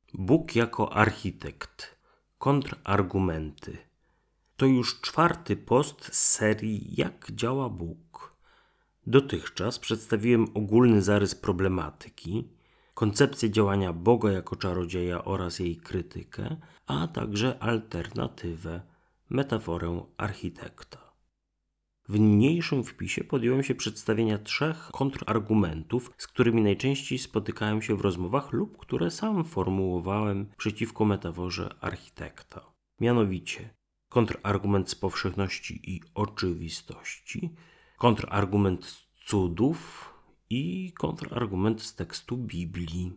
Bóg jako architekt. Kontrargumenty. To już 4. post z serii Jak działa Bóg. Dotychczas przedstawiłem ogólny zarys problematyki, koncepcję działania Boga jako czarodzieja oraz jej krytykę, a także alternatywę, metaforę architekta. W niniejszym wpisie podjąłem się przedstawienia 3 kontrargumentów, z którymi najczęściej spotykałem się w rozmowach lub które sam formułowałem przeciwko metaforze architekta. Mianowicie kontrargument z powszechności i oczywistości, kontrargument z cudów i kontrargument z tekstu Biblii.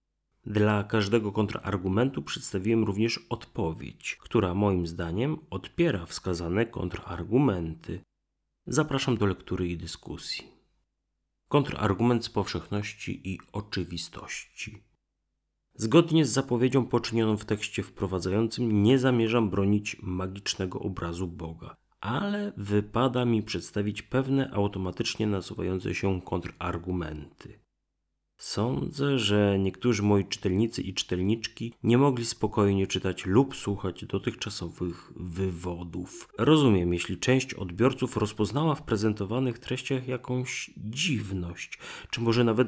Dla każdego kontrargumentu przedstawiłem również odpowiedź, która moim zdaniem odpiera wskazane kontrargumenty. Zapraszam do lektury i dyskusji. Kontrargument z powszechności i oczywistości. Zgodnie z zapowiedzią poczynioną w tekście wprowadzającym nie zamierzam bronić magicznego obrazu Boga, ale wypada mi przedstawić pewne automatycznie nasuwające się kontrargumenty. Sądzę, że niektórzy moi czytelnicy i czytelniczki nie mogli spokojnie czytać lub słuchać dotychczasowych wywodów. Rozumiem, jeśli część odbiorców rozpoznała w prezentowanych treściach jakąś dziwność, czy może nawet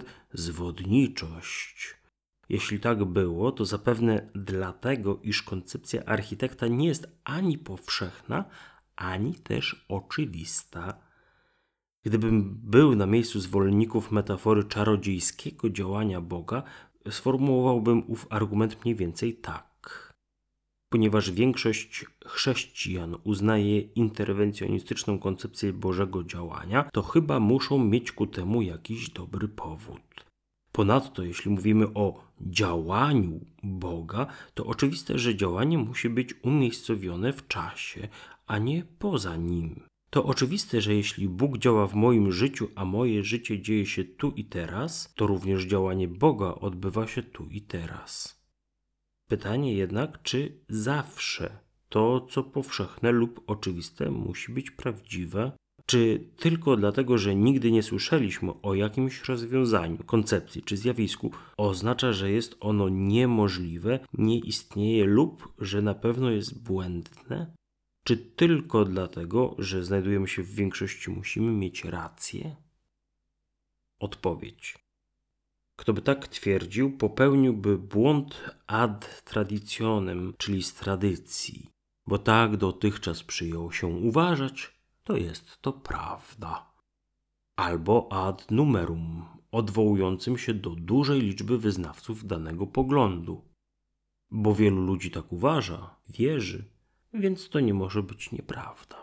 zwodniczość. Jeśli tak było, to zapewne dlatego, iż koncepcja architekta nie jest ani powszechna, ani też oczywista. Gdybym był na miejscu zwolenników metafory czarodziejskiego działania Boga, sformułowałbym ów argument mniej więcej tak. Ponieważ większość chrześcijan uznaje interwencjonistyczną koncepcję Bożego działania, to chyba muszą mieć ku temu jakiś dobry powód. Ponadto, jeśli mówimy o działaniu Boga, to oczywiste, że działanie musi być umiejscowione w czasie, a nie poza nim. To oczywiste, że jeśli Bóg działa w moim życiu, a moje życie dzieje się tu i teraz, to również działanie Boga odbywa się tu i teraz. Pytanie jednak, czy zawsze to, co powszechne lub oczywiste, musi być prawdziwe? Czy tylko dlatego, że nigdy nie słyszeliśmy o jakimś rozwiązaniu, koncepcji czy zjawisku, oznacza, że jest ono niemożliwe, nie istnieje lub że na pewno jest błędne? Czy tylko dlatego, że znajdujemy się w większości, musimy mieć rację? Odpowiedź. Kto by tak twierdził, popełniłby błąd ad traditionem, czyli z tradycji, bo tak dotychczas przyjęło się uważać, to jest to prawda. Albo ad numerum, odwołującym się do dużej liczby wyznawców danego poglądu. Bo wielu ludzi tak uważa, wierzy, więc to nie może być nieprawda.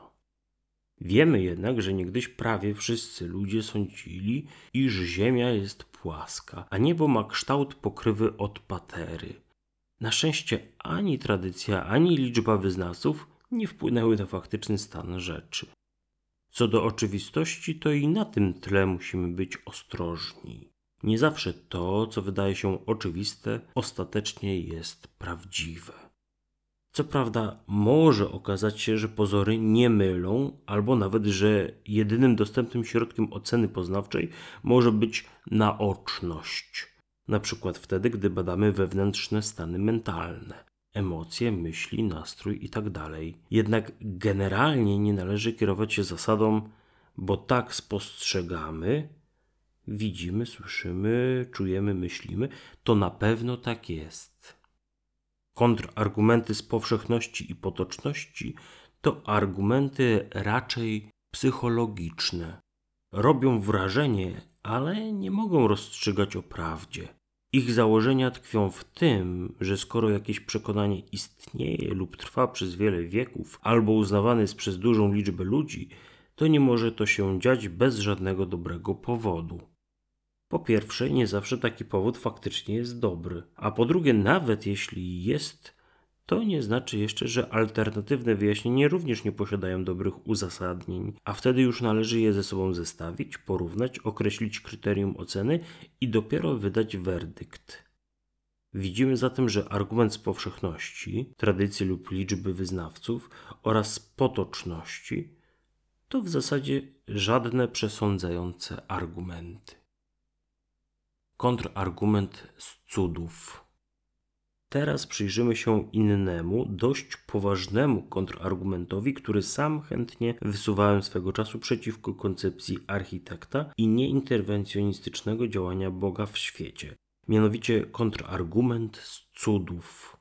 Wiemy jednak, że niegdyś prawie wszyscy ludzie sądzili, iż Ziemia jest płaska, a niebo ma kształt pokrywy od patery. Na szczęście ani tradycja, ani liczba wyznawców nie wpłynęły na faktyczny stan rzeczy. Co do oczywistości, to i na tym tle musimy być ostrożni. Nie zawsze to, co wydaje się oczywiste, ostatecznie jest prawdziwe. Co prawda może okazać się, że pozory nie mylą, albo nawet, że jedynym dostępnym środkiem oceny poznawczej może być naoczność. Na przykład wtedy, gdy badamy wewnętrzne stany mentalne, emocje, myśli, nastrój itd. Jednak generalnie nie należy kierować się zasadą, bo tak spostrzegamy, widzimy, słyszymy, czujemy, myślimy, to na pewno tak jest. Kontrargumenty z powszechności i potoczności to argumenty raczej psychologiczne. Robią wrażenie, ale nie mogą rozstrzygać o prawdzie. Ich założenia tkwią w tym, że skoro jakieś przekonanie istnieje lub trwa przez wiele wieków, albo uznawane jest przez dużą liczbę ludzi, to nie może to się dziać bez żadnego dobrego powodu. Po pierwsze, nie zawsze taki powód faktycznie jest dobry, a po drugie, nawet jeśli jest, to nie znaczy jeszcze, że alternatywne wyjaśnienia również nie posiadają dobrych uzasadnień, a wtedy już należy je ze sobą zestawić, porównać, określić kryterium oceny i dopiero wydać werdykt. Widzimy zatem, że argument z powszechności, tradycji lub liczby wyznawców oraz z potoczności to w zasadzie żadne przesądzające argumenty. Kontrargument z cudów. Teraz przyjrzymy się innemu, dość poważnemu kontrargumentowi, który sam chętnie wysuwałem swego czasu przeciwko koncepcji architekta i nieinterwencjonistycznego działania Boga w świecie. Mianowicie kontrargument z cudów.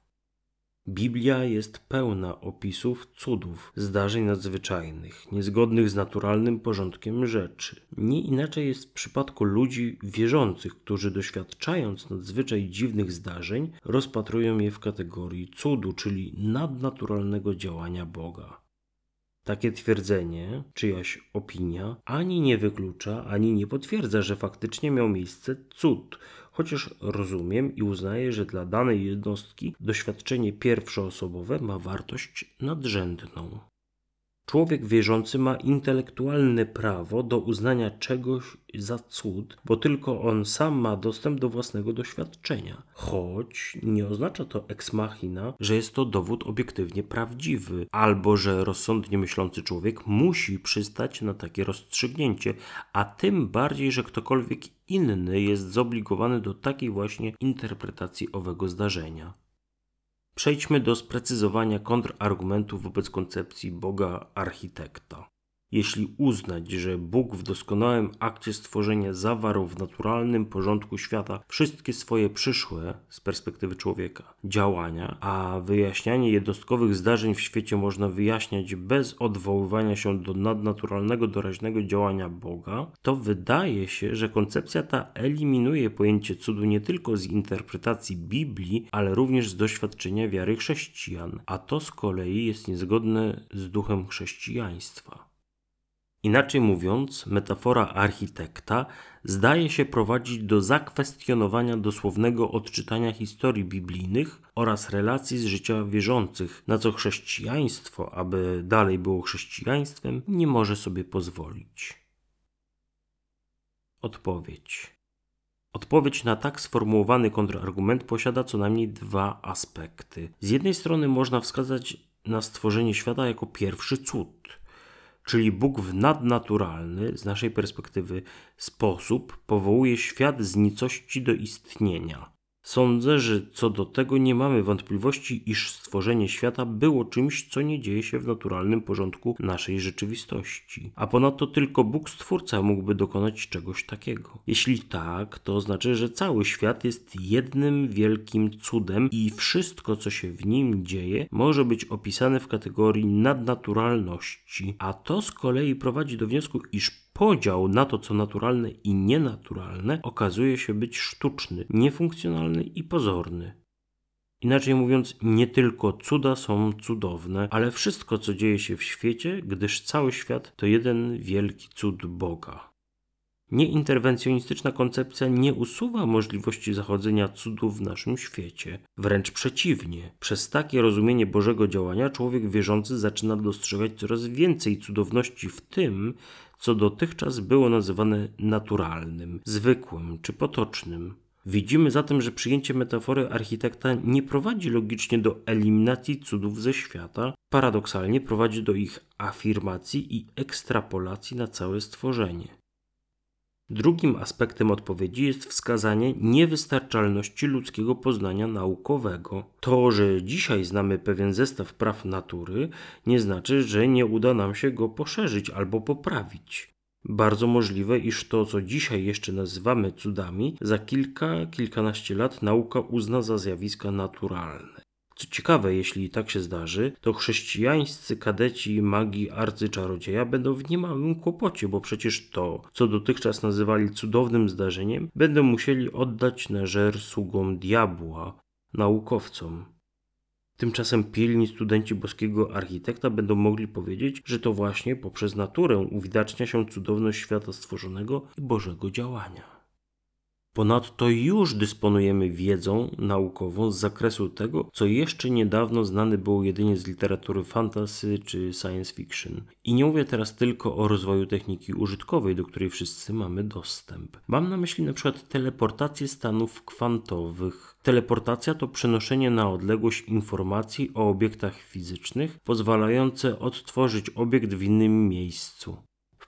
Biblia jest pełna opisów cudów, zdarzeń nadzwyczajnych, niezgodnych z naturalnym porządkiem rzeczy. Nie inaczej jest w przypadku ludzi wierzących, którzy doświadczając nadzwyczaj dziwnych zdarzeń, rozpatrują je w kategorii cudu, czyli nadnaturalnego działania Boga. Takie twierdzenie, czyjaś opinia, ani nie wyklucza, ani nie potwierdza, że faktycznie miał miejsce cud, chociaż rozumiem i uznaję, że dla danej jednostki doświadczenie pierwszoosobowe ma wartość nadrzędną. Człowiek wierzący ma intelektualne prawo do uznania czegoś za cud, bo tylko on sam ma dostęp do własnego doświadczenia. Choć nie oznacza to ex machina, że jest to dowód obiektywnie prawdziwy, albo że rozsądnie myślący człowiek musi przystać na takie rozstrzygnięcie, a tym bardziej, że ktokolwiek inny jest zobligowany do takiej właśnie interpretacji owego zdarzenia. Przejdźmy do sprecyzowania kontrargumentów wobec koncepcji Boga architekta. Jeśli uznać, że Bóg w doskonałym akcie stworzenia zawarł w naturalnym porządku świata wszystkie swoje przyszłe, z perspektywy człowieka, działania, a wyjaśnianie jednostkowych zdarzeń w świecie można wyjaśniać bez odwoływania się do nadnaturalnego, doraźnego działania Boga, to wydaje się, że koncepcja ta eliminuje pojęcie cudu nie tylko z interpretacji Biblii, ale również z doświadczenia wiary chrześcijan, a to z kolei jest niezgodne z duchem chrześcijaństwa. Inaczej mówiąc, metafora architekta zdaje się prowadzić do zakwestionowania dosłownego odczytania historii biblijnych oraz relacji z życia wierzących, na co chrześcijaństwo, aby dalej było chrześcijaństwem, nie może sobie pozwolić. Odpowiedź na tak sformułowany kontrargument posiada co najmniej dwa aspekty. Z jednej strony można wskazać na stworzenie świata jako pierwszy cud, czyli Bóg w nadnaturalny, z naszej perspektywy, sposób powołuje świat z nicości do istnienia. Sądzę, że co do tego nie mamy wątpliwości, iż stworzenie świata było czymś, co nie dzieje się w naturalnym porządku naszej rzeczywistości. A ponadto tylko Bóg Stwórca mógłby dokonać czegoś takiego. Jeśli tak, to znaczy, że cały świat jest jednym wielkim cudem i wszystko, co się w nim dzieje, może być opisane w kategorii nadnaturalności. A to z kolei prowadzi do wniosku, iż podział na to, co naturalne i nienaturalne, okazuje się być sztuczny, niefunkcjonalny i pozorny. Inaczej mówiąc, nie tylko cuda są cudowne, ale wszystko, co dzieje się w świecie, gdyż cały świat to jeden wielki cud Boga. Nieinterwencjonistyczna koncepcja nie usuwa możliwości zachodzenia cudów w naszym świecie. Wręcz przeciwnie. Przez takie rozumienie Bożego działania człowiek wierzący zaczyna dostrzegać coraz więcej cudowności w tym, co dotychczas było nazywane naturalnym, zwykłym czy potocznym. Widzimy zatem, że przyjęcie metafory architekta nie prowadzi logicznie do eliminacji cudów ze świata, paradoksalnie prowadzi do ich afirmacji i ekstrapolacji na całe stworzenie. Drugim aspektem odpowiedzi jest wskazanie niewystarczalności ludzkiego poznania naukowego. To, że dzisiaj znamy pewien zestaw praw natury, nie znaczy, że nie uda nam się go poszerzyć albo poprawić. Bardzo możliwe, iż to, co dzisiaj jeszcze nazywamy cudami, za kilkanaście lat nauka uzna za zjawiska naturalne. Co ciekawe, jeśli tak się zdarzy, to chrześcijańscy kadeci magii arcyczarodzieja będą w niemałym kłopocie, bo przecież to, co dotychczas nazywali cudownym zdarzeniem, będą musieli oddać na żer sługom diabła, naukowcom. Tymczasem pilni studenci boskiego architekta będą mogli powiedzieć, że to właśnie poprzez naturę uwidacznia się cudowność świata stworzonego i Bożego działania. Ponadto już dysponujemy wiedzą naukową z zakresu tego, co jeszcze niedawno znane było jedynie z literatury fantasy czy science fiction. I nie mówię teraz tylko o rozwoju techniki użytkowej, do której wszyscy mamy dostęp. Mam na myśli np. teleportację stanów kwantowych. Teleportacja to przenoszenie na odległość informacji o obiektach fizycznych, pozwalające odtworzyć obiekt w innym miejscu. W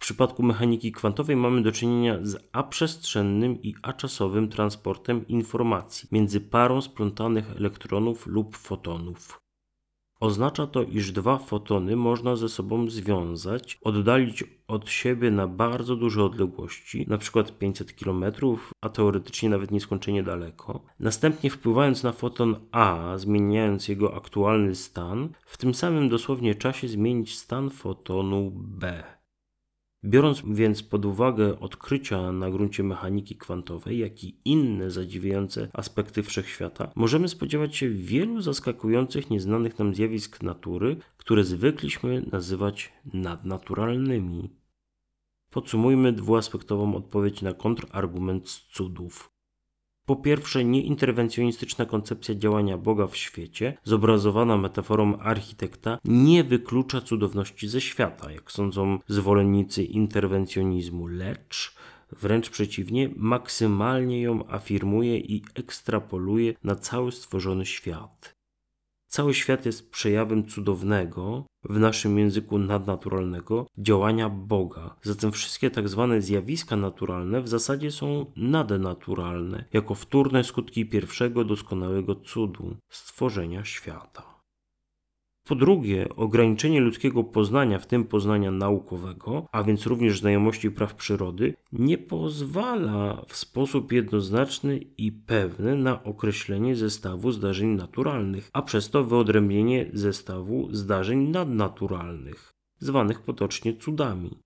przypadku mechaniki kwantowej mamy do czynienia z aprzestrzennym i aczasowym transportem informacji między parą splątanych elektronów lub fotonów. Oznacza to, iż dwa fotony można ze sobą związać, oddalić od siebie na bardzo duże odległości, np. 500 km, a teoretycznie nawet nieskończenie daleko. Następnie wpływając na foton A, zmieniając jego aktualny stan, w tym samym dosłownie czasie zmienić stan fotonu B. Biorąc więc pod uwagę odkrycia na gruncie mechaniki kwantowej, jak i inne zadziwiające aspekty wszechświata, możemy spodziewać się wielu zaskakujących, nieznanych nam zjawisk natury, które zwykliśmy nazywać nadnaturalnymi. Podsumujmy dwuaspektową odpowiedź na kontrargument z cudów. Po pierwsze, nieinterwencjonistyczna koncepcja działania Boga w świecie, zobrazowana metaforą architekta, nie wyklucza cudowności ze świata, jak sądzą zwolennicy interwencjonizmu, lecz wręcz przeciwnie, maksymalnie ją afirmuje i ekstrapoluje na cały stworzony świat. Cały świat jest przejawem cudownego, w naszym języku nadnaturalnego, działania Boga. Zatem wszystkie tak zwane zjawiska naturalne w zasadzie są nadnaturalne, jako wtórne skutki pierwszego doskonałego cudu stworzenia świata. Po drugie, ograniczenie ludzkiego poznania, w tym poznania naukowego, a więc również znajomości praw przyrody, nie pozwala w sposób jednoznaczny i pewny na określenie zestawu zdarzeń naturalnych, a przez to wyodrębnienie zestawu zdarzeń nadnaturalnych, zwanych potocznie cudami.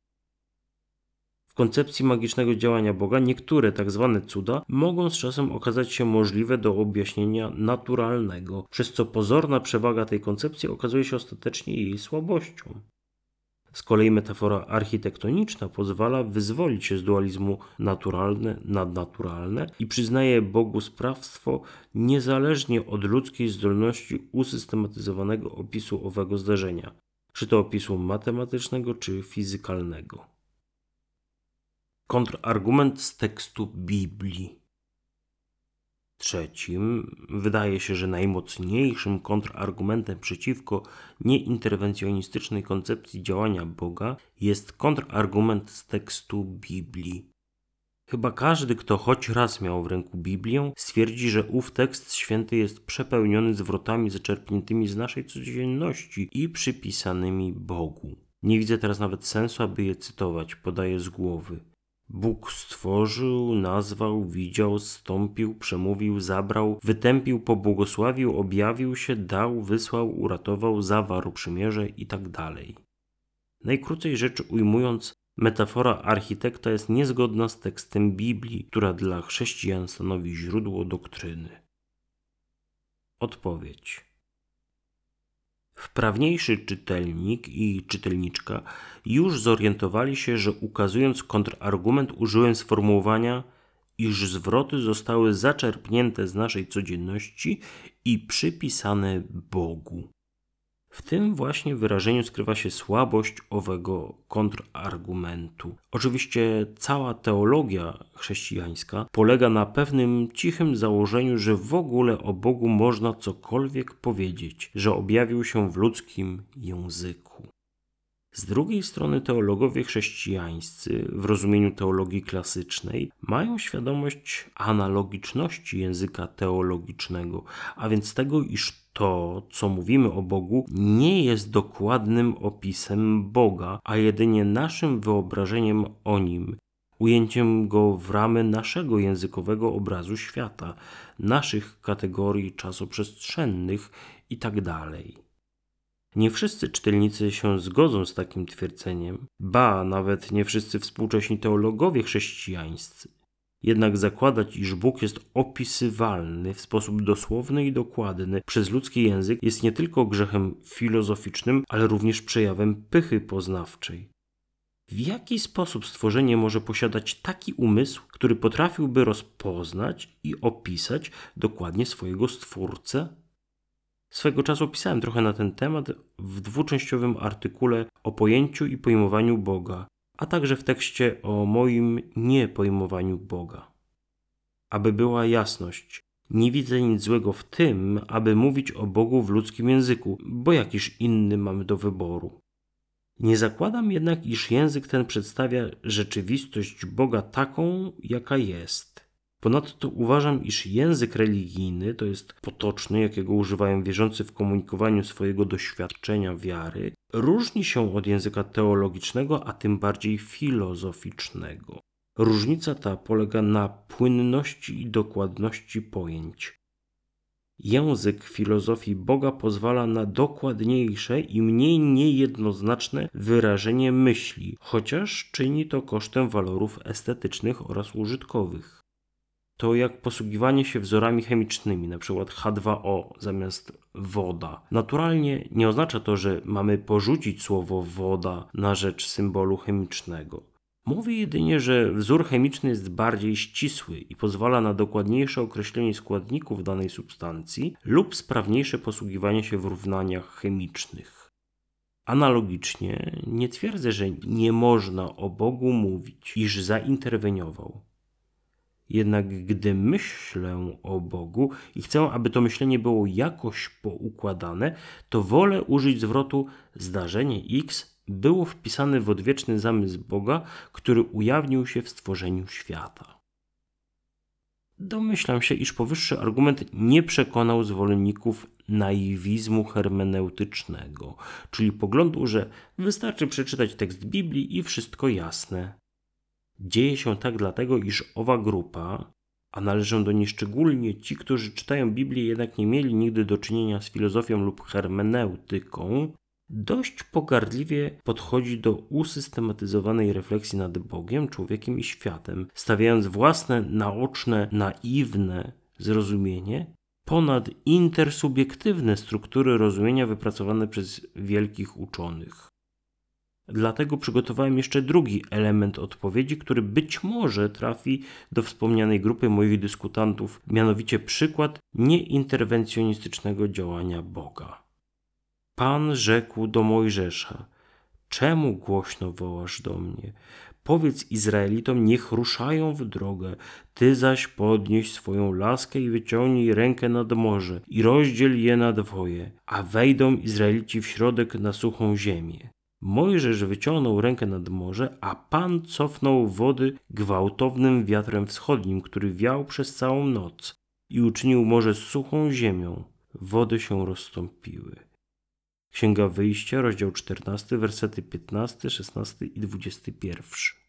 W koncepcji magicznego działania Boga niektóre tak zwane cuda mogą z czasem okazać się możliwe do objaśnienia naturalnego, przez co pozorna przewaga tej koncepcji okazuje się ostatecznie jej słabością. Z kolei metafora architektoniczna pozwala wyzwolić się z dualizmu naturalne-nadnaturalne i przyznaje Bogu sprawstwo niezależnie od ludzkiej zdolności usystematyzowanego opisu owego zdarzenia, czy to opisu matematycznego, czy fizykalnego. Kontrargument z tekstu Biblii. Trzecim, wydaje się, że najmocniejszym kontrargumentem przeciwko nieinterwencjonistycznej koncepcji działania Boga jest kontrargument z tekstu Biblii. Chyba każdy, kto choć raz miał w ręku Biblię, stwierdzi, że ów tekst święty jest przepełniony zwrotami zaczerpniętymi z naszej codzienności i przypisanymi Bogu. Nie widzę teraz nawet sensu, aby je cytować, podaję z głowy. Bóg stworzył, nazwał, widział, zstąpił, przemówił, zabrał, wytępił, pobłogosławił, objawił się, dał, wysłał, uratował, zawarł przymierze itd. Najkrócej rzecz ujmując, metafora architekta jest niezgodna z tekstem Biblii, która dla chrześcijan stanowi źródło doktryny. Odpowiedź. Wprawniejszy czytelnik i czytelniczka już zorientowali się, że ukazując kontrargument użyłem sformułowania, iż zwroty zostały zaczerpnięte z naszej codzienności i przypisane Bogu. W tym właśnie wyrażeniu skrywa się słabość owego kontrargumentu. Oczywiście cała teologia chrześcijańska polega na pewnym cichym założeniu, że w ogóle o Bogu można cokolwiek powiedzieć, że objawił się w ludzkim języku. Z drugiej strony teologowie chrześcijańscy, w rozumieniu teologii klasycznej, mają świadomość analogiczności języka teologicznego, a więc tego, iż to, co mówimy o Bogu, nie jest dokładnym opisem Boga, a jedynie naszym wyobrażeniem o Nim, ujęciem Go w ramy naszego językowego obrazu świata, naszych kategorii czasoprzestrzennych itd. Nie wszyscy czytelnicy się zgodzą z takim twierdzeniem, ba, nawet nie wszyscy współcześni teologowie chrześcijańscy. Jednak zakładać, iż Bóg jest opisywalny w sposób dosłowny i dokładny przez ludzki język jest nie tylko grzechem filozoficznym, ale również przejawem pychy poznawczej. W jaki sposób stworzenie może posiadać taki umysł, który potrafiłby rozpoznać i opisać dokładnie swojego Stwórcę? Swego czasu pisałem trochę na ten temat w dwuczęściowym artykule o pojęciu i pojmowaniu Boga, a także w tekście o moim niepojmowaniu Boga. Aby była jasność, nie widzę nic złego w tym, aby mówić o Bogu w ludzkim języku, bo jakiż inny mamy do wyboru. Nie zakładam jednak, iż język ten przedstawia rzeczywistość Boga taką, jaka jest. Ponadto uważam, iż język religijny, to jest potoczny, jakiego używają wierzący w komunikowaniu swojego doświadczenia wiary, różni się od języka teologicznego, a tym bardziej filozoficznego. Różnica ta polega na płynności i dokładności pojęć. Język filozofii Boga pozwala na dokładniejsze i mniej niejednoznaczne wyrażenie myśli, chociaż czyni to kosztem walorów estetycznych oraz użytkowych. To jak posługiwanie się wzorami chemicznymi, np. H2O zamiast woda. Naturalnie nie oznacza to, że mamy porzucić słowo woda na rzecz symbolu chemicznego. Mówię jedynie, że wzór chemiczny jest bardziej ścisły i pozwala na dokładniejsze określenie składników danej substancji lub sprawniejsze posługiwanie się w równaniach chemicznych. Analogicznie nie twierdzę, że nie można o Bogu mówić, iż zainterweniował. Jednak gdy myślę o Bogu i chcę, aby to myślenie było jakoś poukładane, to wolę użyć zwrotu zdarzenie X było wpisane w odwieczny zamysł Boga, który ujawnił się w stworzeniu świata. Domyślam się, iż powyższy argument nie przekonał zwolenników naiwizmu hermeneutycznego, czyli poglądu, że wystarczy przeczytać tekst Biblii i wszystko jasne. Dzieje się tak dlatego, iż owa grupa, a należą do niej szczególnie ci, którzy czytają Biblię, jednak nie mieli nigdy do czynienia z filozofią lub hermeneutyką, dość pogardliwie podchodzi do usystematyzowanej refleksji nad Bogiem, człowiekiem i światem, stawiając własne naoczne, naiwne zrozumienie ponad intersubiektywne struktury rozumienia wypracowane przez wielkich uczonych. Dlatego przygotowałem jeszcze drugi element odpowiedzi, który być może trafi do wspomnianej grupy moich dyskutantów, mianowicie przykład nieinterwencjonistycznego działania Boga. Pan rzekł do Mojżesza: czemu głośno wołasz do mnie? Powiedz Izraelitom, niech ruszają w drogę, ty zaś podnieś swoją laskę i wyciągnij rękę nad morze i rozdziel je na dwoje, a wejdą Izraelici w środek na suchą ziemię. Mojżesz wyciągnął rękę nad morze, a Pan cofnął wody gwałtownym wiatrem wschodnim, który wiał przez całą noc i uczynił morze suchą ziemią. Wody się rozstąpiły. Księga Wyjścia, rozdział 14, wersety 15, 16 i 21.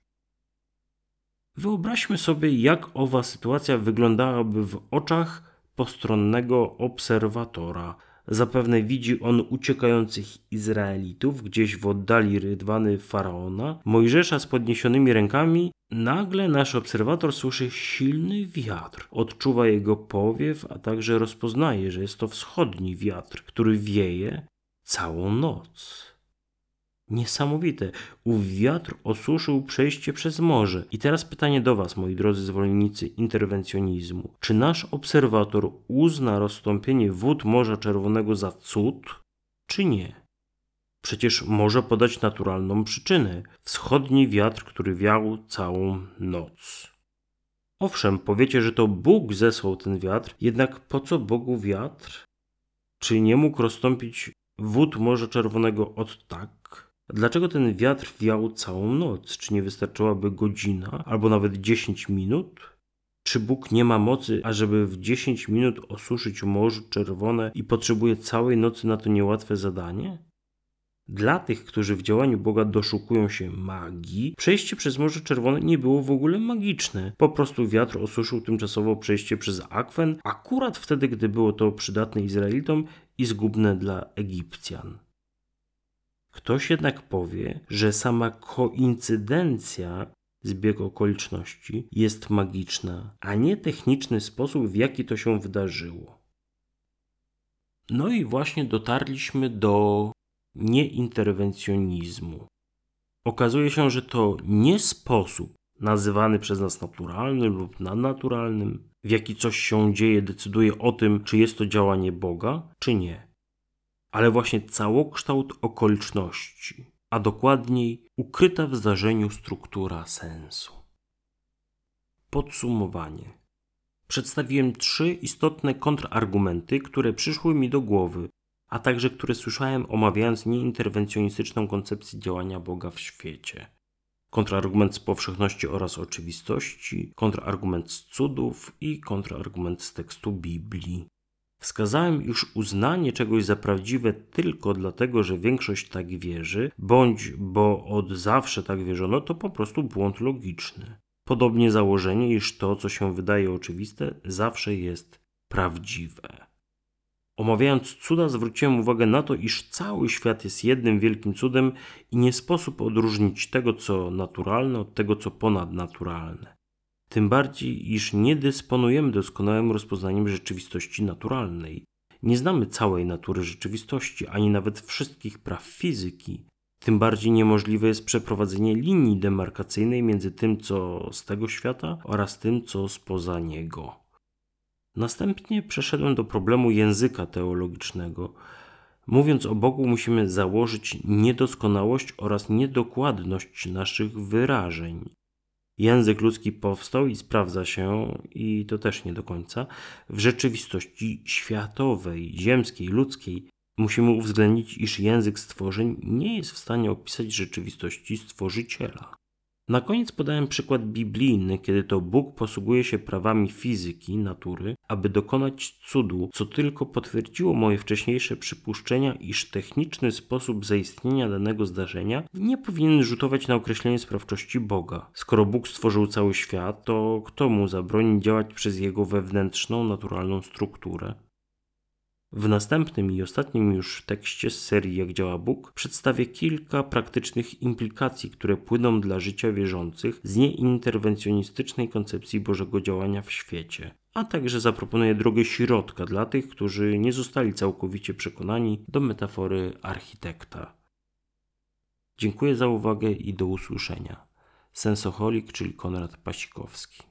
Wyobraźmy sobie, jak owa sytuacja wyglądałaby w oczach postronnego obserwatora. Zapewne widzi on uciekających Izraelitów gdzieś w oddali rydwany Faraona, Mojżesza z podniesionymi rękami. Nagle nasz obserwator słyszy silny wiatr, odczuwa jego powiew, a także rozpoznaje, że jest to wschodni wiatr, który wieje całą noc. Niesamowite. Ów wiatr osuszył przejście przez morze. I teraz pytanie do Was, moi drodzy zwolennicy interwencjonizmu. Czy nasz obserwator uzna rozstąpienie wód Morza Czerwonego za cud, czy nie? Przecież może podać naturalną przyczynę. Wschodni wiatr, który wiał całą noc. Owszem, powiecie, że to Bóg zesłał ten wiatr, jednak po co Bogu wiatr? Czy nie mógł rozstąpić wód Morza Czerwonego od tak? Dlaczego ten wiatr wiał całą noc? Czy nie wystarczyłaby godzina albo nawet 10 minut? Czy Bóg nie ma mocy, ażeby w 10 minut osuszyć Morze Czerwone i potrzebuje całej nocy na to niełatwe zadanie? Dla tych, którzy w działaniu Boga doszukują się magii, przejście przez Morze Czerwone nie było w ogóle magiczne. Po prostu wiatr osuszył tymczasowo przejście przez akwen, akurat wtedy, gdy było to przydatne Izraelitom i zgubne dla Egipcjan. Ktoś jednak powie, że sama koincydencja, zbieg okoliczności, jest magiczna, a nie techniczny sposób, w jaki to się wydarzyło. No i właśnie dotarliśmy do nieinterwencjonizmu. Okazuje się, że to nie sposób nazywany przez nas naturalnym lub nadnaturalnym, w jaki coś się dzieje, decyduje o tym, czy jest to działanie Boga, czy nie. Ale właśnie całokształt okoliczności, a dokładniej ukryta w zdarzeniu struktura sensu. Podsumowanie. Przedstawiłem 3 istotne kontrargumenty, które przyszły mi do głowy. a także które słyszałem omawiając nieinterwencjonistyczną koncepcję działania Boga w świecie. Kontrargument z powszechności oraz oczywistości, kontrargument z cudów i kontrargument z tekstu Biblii. Wskazałem, iż uznanie czegoś za prawdziwe tylko dlatego, że większość tak wierzy, bądź bo od zawsze tak wierzono, to po prostu błąd logiczny. Podobnie założenie, iż to, co się wydaje oczywiste, zawsze jest prawdziwe. Omawiając cuda, zwróciłem uwagę na to, iż cały świat jest jednym wielkim cudem i nie sposób odróżnić tego, co naturalne, od tego, co ponadnaturalne. Tym bardziej, iż nie dysponujemy doskonałym rozpoznaniem rzeczywistości naturalnej. Nie znamy całej natury rzeczywistości, ani nawet wszystkich praw fizyki. Tym bardziej niemożliwe jest przeprowadzenie linii demarkacyjnej między tym, co z tego świata oraz tym, co spoza niego. Następnie przeszedłem do problemu języka teologicznego. Mówiąc o Bogu, musimy założyć niedoskonałość oraz niedokładność naszych wyrażeń. Język ludzki powstał i sprawdza się, i to też nie do końca, w rzeczywistości światowej, ziemskiej, ludzkiej. Musimy uwzględnić, iż język stworzeń nie jest w stanie opisać rzeczywistości Stworzyciela. Na koniec podałem przykład biblijny, kiedy to Bóg posługuje się prawami fizyki, natury, aby dokonać cudu, co tylko potwierdziło moje wcześniejsze przypuszczenia, iż techniczny sposób zaistnienia danego zdarzenia nie powinien rzutować na określenie sprawczości Boga. Skoro Bóg stworzył cały świat, to kto mu zabroni działać przez jego wewnętrzną, naturalną strukturę? W następnym i ostatnim już tekście z serii Jak działa Bóg przedstawię kilka praktycznych implikacji, które płyną dla życia wierzących z nieinterwencjonistycznej koncepcji Bożego działania w świecie, a także zaproponuję drogę środka dla tych, którzy nie zostali całkowicie przekonani do metafory architekta. Dziękuję za uwagę i do usłyszenia. Sensoholik, czyli Konrad Pasikowski.